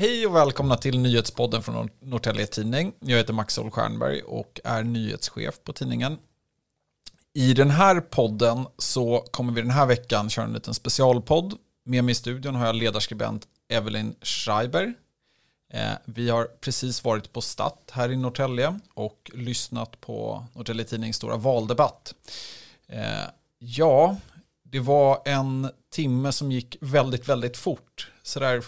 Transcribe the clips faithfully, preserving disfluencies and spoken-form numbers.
Hej och välkomna till nyhetspodden från Norrtälje Tidning. Jag heter Max Stjernberg och är nyhetschef på tidningen. I den här podden så kommer vi den här veckan köra en liten specialpodd. Med mig i studion har jag ledarskribent Evelyn Schreiber. Eh, vi har precis varit på Stadt här i Norrtälje och lyssnat på Norrtälje Tidnings stora valdebatt. Eh, ja, det var en timme som gick väldigt, väldigt fort. Så där...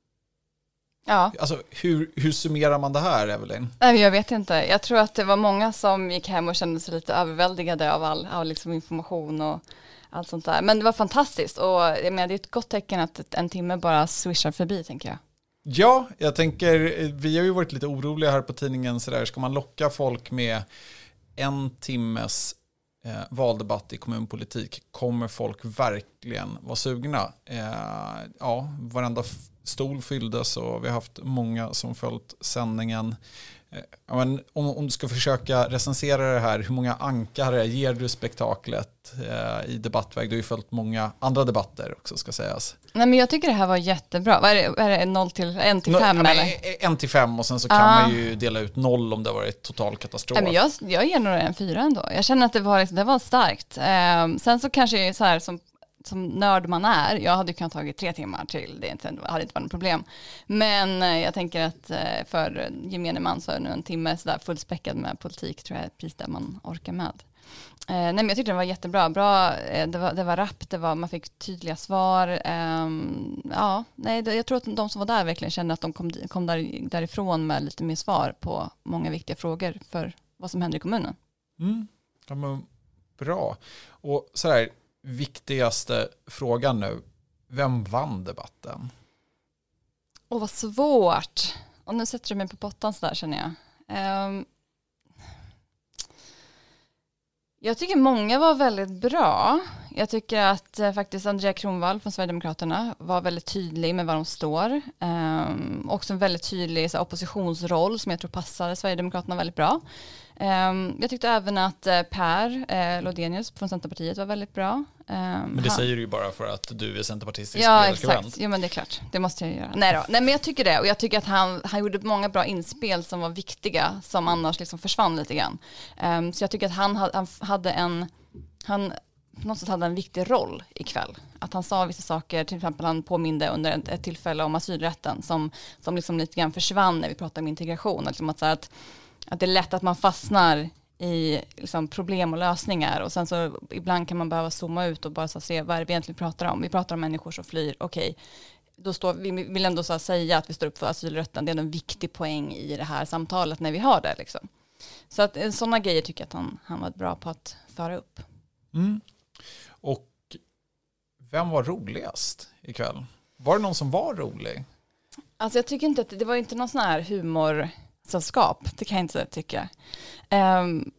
Ja. Alltså, hur, hur summerar man det här, Evelyn? Jag vet inte. Jag tror att det var många som gick hem och kände sig lite överväldigade av all, all liksom information och allt sånt där. Men det var fantastiskt. Och jag menar, det är ett gott tecken att en timme bara swishar förbi, tänker jag. Ja, jag tänker, vi har ju varit lite oroliga här på tidningen. Så där. Ska man locka folk med en timmes eh, valdebatt i kommunpolitik? Kommer folk verkligen vara sugna? Eh, ja, varenda f- stol fylldes och vi har haft många som följt sändningen. Ja, men om, om du ska försöka recensera det här, hur många ankare ger du spektaklet eh, i debattväg? Du har ju följt många andra debatter också, ska sägas. Nej, men jag tycker det här var jättebra. Vad är det, vad är det noll till en till fem? No, eller? Ja, en till fem och sen så kan ah. man ju dela ut noll om det var ett total katastrof. Nej, men jag, jag ger nog en fyra ändå. Jag känner att det var, det var starkt. Eh, sen så kanske så här som som nörd man är, jag hade kunnat tagit tre timmar till, det hade inte varit något problem. Men jag tänker att för gemene man så är nu en timme sådär fullspäckad med politik, tror jag är precis där man orkar med. Eh, nej, men jag tyckte det var jättebra. Bra, det var, det var rappt, det var, man fick tydliga svar. Eh, ja, nej, jag tror att de som var där verkligen kände att de kom, kom där, därifrån med lite mer svar på många viktiga frågor för vad som händer i kommunen. Mm. Ja, men bra. Och sådär, viktigaste frågan nu. Vem vann debatten? Åh, vad svårt. Och nu sätter du mig på pottan så där, känner jag. Um, jag tycker många var väldigt bra. Jag tycker att eh, faktiskt Andrea Kronwall från Sverigedemokraterna var väldigt tydlig med var de står. Um, också en väldigt tydlig så, oppositionsroll som jag tror passade Sverigedemokraterna väldigt bra. Um, jag tyckte även att uh, Per uh, Lodenius från Centerpartiet var väldigt bra. Um, men det han... säger du ju bara för att du är centerpartistisk. Ja, exakt. Jo, men det är klart. Det måste jag göra. Nej då. Nej, men jag tycker det. Och jag tycker att han, han gjorde många bra inspel som var viktiga, som annars liksom försvann lite grann. Um, så jag tycker att han, han hade en... Han, på något sätt hade en viktig roll ikväll. Att han sa vissa saker, till exempel han påminde under ett, ett tillfälle om asylrätten som, som liksom lite grann försvann när vi pratade om integration. Liksom att, så att, att det är lätt att man fastnar i liksom, problem och lösningar och sen så ibland kan man behöva zooma ut och bara så, se vad är det vi egentligen pratar om. Vi pratar om människor som flyr, okej. Okay. Då står, vi vill ändå så säga att vi står upp för asylrätten. Det är en viktig poäng i det här samtalet när vi har det. Liksom. Så att sådana grejer tycker jag att han, han var bra på att föra upp. Mm. Och vem var roligast ikväll? Var det någon som var rolig? Alltså jag tycker inte att det, det var inte någon sån här humorsällskap. Det kan jag inte tycka. Um,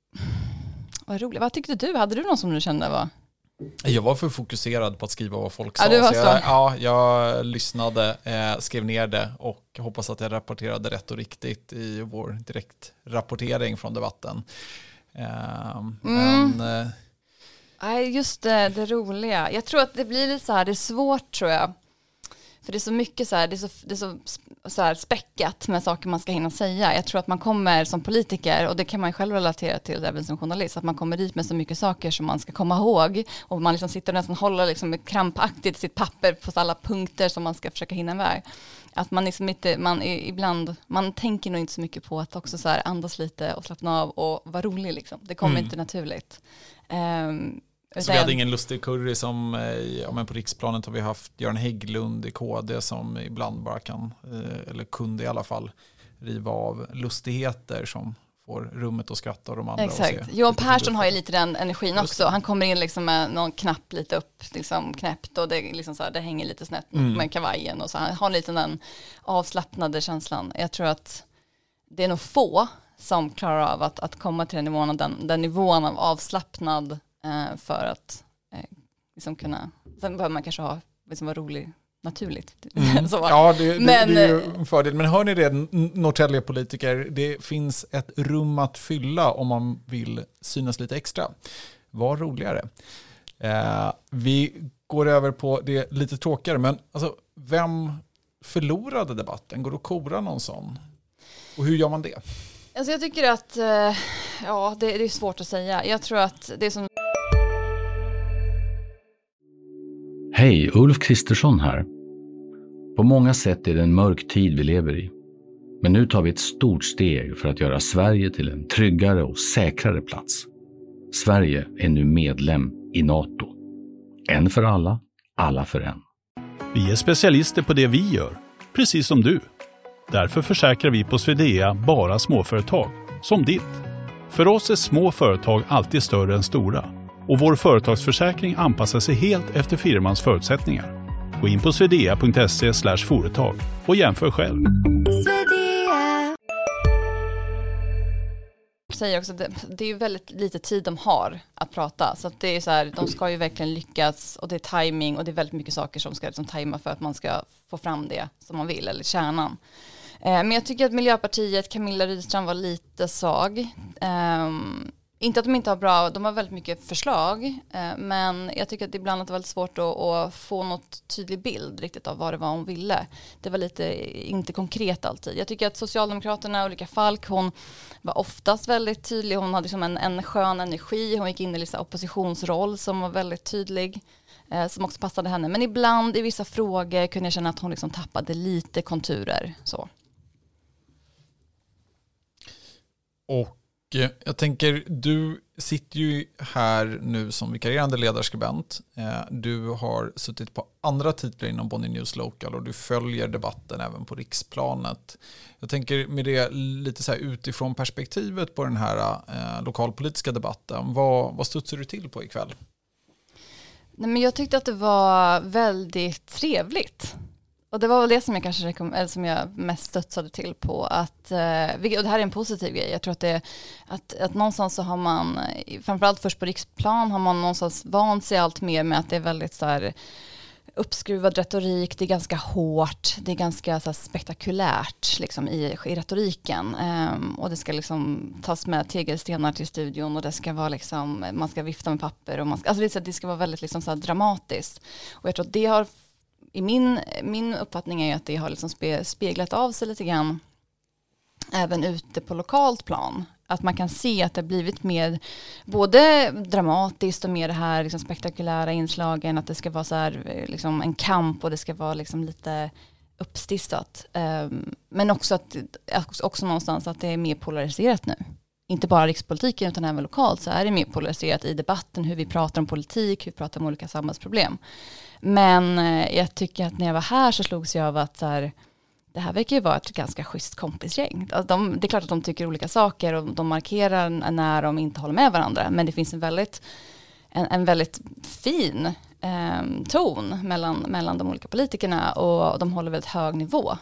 vad roligt. Vad tyckte du? Hade du någon som du kände var? Jag var för fokuserad på att skriva vad folk sa. Ja, du var så så. Jag, ja, jag lyssnade, eh, skrev ner det och hoppas att jag rapporterade rätt och riktigt i vår direktrapportering från debatten. Eh, mm. Men... Eh, Nej, just det, det roliga. Jag tror att det blir lite så här, det är svårt tror jag. För det är så mycket så här, det är så, det är så, så här späckat med saker man ska hinna säga. Jag tror att man kommer som politiker, och det kan man själv relatera till även som journalist, att man kommer dit med så mycket saker som man ska komma ihåg. Och man liksom sitter och nästan håller liksom krampaktigt sitt papper på alla punkter som man ska försöka hinna iväg. Att man liksom inte, man ibland, man tänker nog inte så mycket på att också så här andas lite och slappna av och vara rolig liksom. Det kommer mm. inte naturligt. Um, Så vi hade ingen lustig curry som, ja, men på riksplanet har vi haft Göran Hägglund i K D som ibland bara kan, eller kunde i alla fall, riva av lustigheter som får rummet att skratta och de andra. Exakt. Johan Persson har ju lite den energin också. Han kommer in liksom med någon knapp lite upp, liksom knäppt och det, liksom så här, det hänger lite snett mm. med kavajen och så. Han har lite den avslappnade känslan. Jag tror att det är nog få som klarar av att, att komma till den nivån, den, den nivån av avslappnad eh, för att eh, liksom kunna, sen behöver man kanske ha liksom vara rolig naturligt. Mm. Så ja, det, det, men, det är ju en fördel. Men hör ni det, Norrtälje-politiker, det finns ett rum att fylla om man vill synas lite extra. Var roligare. Eh, vi går över på det lite tråkigare, men alltså, vem förlorade debatten? Går det att kora någon sån? Och hur gör man det? Alltså jag tycker att eh, ja, det, det är svårt att säga. Jag tror att det är som... Hej, Ulf Kristersson här. På många sätt är det en mörk tid vi lever i. Men nu tar vi ett stort steg för att göra Sverige till en tryggare och säkrare plats. Sverige är nu medlem i NATO. En för alla, alla för en. Vi är specialister på det vi gör, precis som du. Därför försäkrar vi på Swedea bara småföretag, som ditt. För oss är små företag alltid större än stora. Och vår företagsförsäkring anpassar sig helt efter firmans förutsättningar. Gå in på swedea punkt se slash företag och jämför själv. Jag säger också, det, det är ju väldigt lite tid de har att prata. Så att det är så här, de ska ju verkligen lyckas och det är timing och det är väldigt mycket saker som ska liksom tajma för att man ska få fram det som man vill, eller kärnan. Eh, men jag tycker att Miljöpartiet, Camilla Rydstrand var lite svag. Eh, inte att de inte har bra, de har väldigt mycket förslag. Eh, men jag tycker att ibland att det var väldigt svårt att, att få något tydlig bild riktigt av vad det var hon ville. Det var lite inte konkret alltid. Jag tycker att Socialdemokraterna, Ulrika Falk, hon var oftast väldigt tydlig. Hon hade liksom en, en skön energi. Hon gick in i liksom oppositionsroll som var väldigt tydlig. Eh, som också passade henne. Men ibland i vissa frågor kunde jag känna att hon liksom tappade lite konturer. Så. Och jag tänker, du sitter ju här nu som vikarierande ledarskribent. Du har suttit på andra titlar inom Bonnier News Local och du följer debatten även på riksplanet. Jag tänker med det lite så här utifrån perspektivet på den här eh, lokalpolitiska debatten. Vad, vad studsar du till på ikväll? Nej, men jag tyckte att det var väldigt trevligt. Och det var väl det som jag kanske rekom- eller som jag mest stötsade till på. Att, eh, och det här är en positiv grej. Jag tror att, det, att, att någonstans så har man, framförallt först på riksplan, har man någonstans vant sig allt mer med att det är väldigt så här uppskruvad retorik, det är ganska hårt, det är ganska så här spektakulärt liksom, i, i retoriken. Um, och det ska liksom tas med tegelstenar till studion och det ska vara liksom, man ska vifta med papper. Och man ska, alltså det, det ska vara väldigt liksom, så här dramatiskt. Och jag tror att det har, i min, min uppfattning är att det har liksom spe, speglat av sig lite grann även ute på lokalt plan. Att man kan se att det har blivit mer både dramatiskt och mer det här liksom spektakulära inslagen. Att det ska vara så här, liksom en kamp och det ska vara liksom lite uppstissat. Um, men också, att, också någonstans att det är mer polariserat nu. Inte bara rikspolitiken utan även lokalt så är det mer polariserat i debatten. Hur vi pratar om politik, hur vi pratar om olika samhällsproblem. Men uh, jag tycker att när jag var här så slogs jag av att så här, det här verkar ju vara ett ganska schysst kompisgäng. Alltså de, det är klart att de tycker olika saker och de markerar när de inte håller med varandra. Men det finns en väldigt, en, en väldigt fin eh, ton mellan, mellan de olika politikerna och de håller väldigt hög nivå.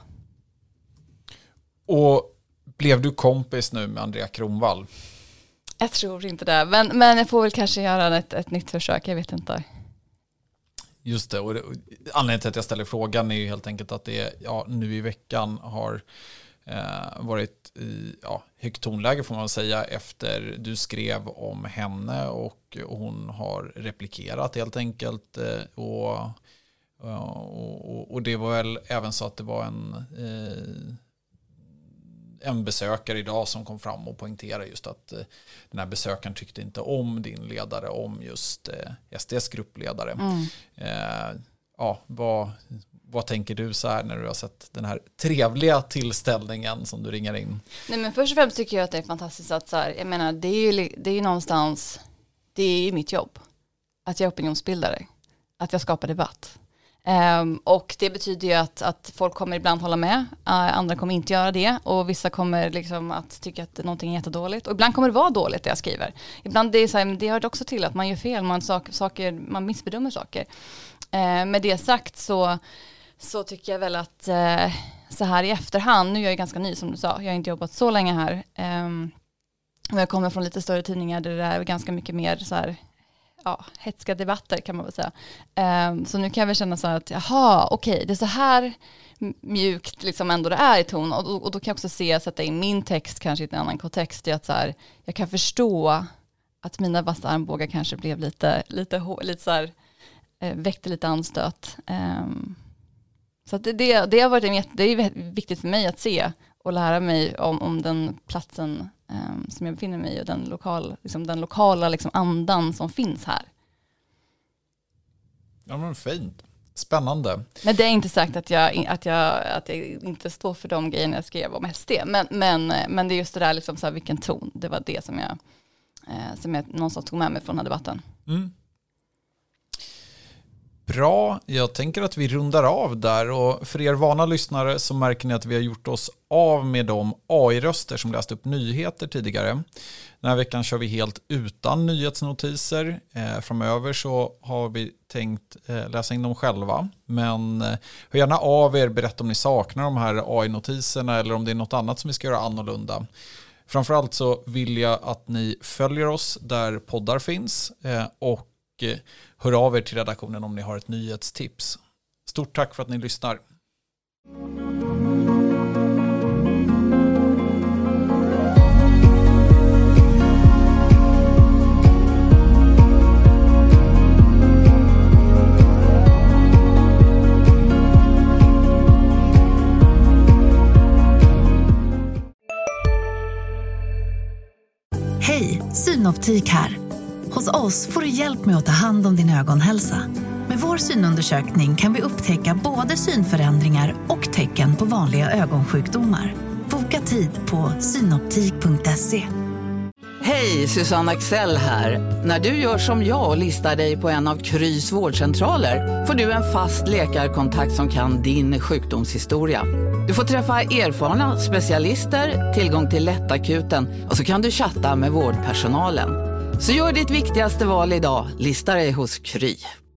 Och blev du kompis nu med Andrea Kronwall? Jag tror inte det, men, men jag får väl kanske göra ett, ett nytt försök, jag vet inte. Just det, och det, anledningen till att jag ställer frågan är ju helt enkelt att det ja, nu i veckan har eh, varit i ja, högt tonläge får man säga efter du skrev om henne och, och hon har replikerat helt enkelt eh, och, och, och det var väl även så att det var en eh, en besökare idag som kom fram och poängterade just att eh, den här besökaren tyckte inte om din ledare, om just eh, S D:s gruppledare. Mm. Eh, ja, vad, vad tänker du så här när du har sett den här trevliga tillställningen som du ringer in? Nej, men först och främst tycker jag att det är fantastiskt att så här, jag menar, det är ju, det är ju någonstans, det är ju mitt jobb att jag är opinionsbildare, att jag skapar debatt. Um, och det betyder ju att, att folk kommer ibland hålla med, uh, andra kommer inte göra det och vissa kommer liksom att tycka att någonting är jättedåligt och ibland kommer det vara dåligt det jag skriver. Ibland det är så här, det hör också till att man gör fel, man, sak, saker, man missbedömer saker. Uh, med det sagt så, så tycker jag väl att uh, så här i efterhand, nu är jag ganska ny som du sa, jag har inte jobbat så länge här um, och jag kommer från lite större tidningar där det är ganska mycket mer så här ja, hetska debatter kan man väl säga. Um, så nu kan jag väl känna så här att jaha, okej, okay, det är så här mjukt liksom ändå det är i ton. Och, och, och då kan jag också se, sätta in min text kanske i en annan kontext. Att så här, jag kan förstå att mina vassa armbågar kanske blev lite, lite, lite så här, eh, väckte lite anstöt. Um, Så att det, det, det har varit en jätte, det är viktigt för mig att se och lära mig om, om den platsen um, som jag befinner mig i och den, lokal, liksom, den lokala liksom, andan som finns här. Ja, men fint. Spännande. Men det är inte sagt att jag, att jag, att jag inte står för de grejerna jag skrev om S D. Men, men, men det är just det där, liksom, så här, vilken ton. Det var det som jag, eh, som jag någonstans tog med mig från den här debatten. Mm. Bra, jag tänker att vi rundar av där, och för er vana lyssnare så märker ni att vi har gjort oss av med de A I-röster som läste upp nyheter tidigare. Den här veckan kör vi helt utan nyhetsnotiser. Eh, framöver så har vi tänkt eh, läsa in dem själva, men eh, hör gärna av er, berätta om ni saknar de här A I-notiserna eller om det är något annat som vi ska göra annorlunda. Framförallt så vill jag att ni följer oss där poddar finns eh, och hör av er till redaktionen om ni har ett nyhetstips. Stort tack för att ni lyssnar. Hej, Synoptik här. Hos oss får du hjälp med att ta hand om din ögonhälsa. Med vår synundersökning kan vi upptäcka både synförändringar och tecken på vanliga ögonsjukdomar. Boka tid på synoptik punkt se. Hej, Susanne Axel här. När du gör som jag och listar dig på en av Krys vårdcentraler får du en fast läkarkontakt som kan din sjukdomshistoria. Du får träffa erfarna specialister, tillgång till lättakuten och så kan du chatta med vårdpersonalen. Så gör ditt viktigaste val idag, lista dig hos Kry.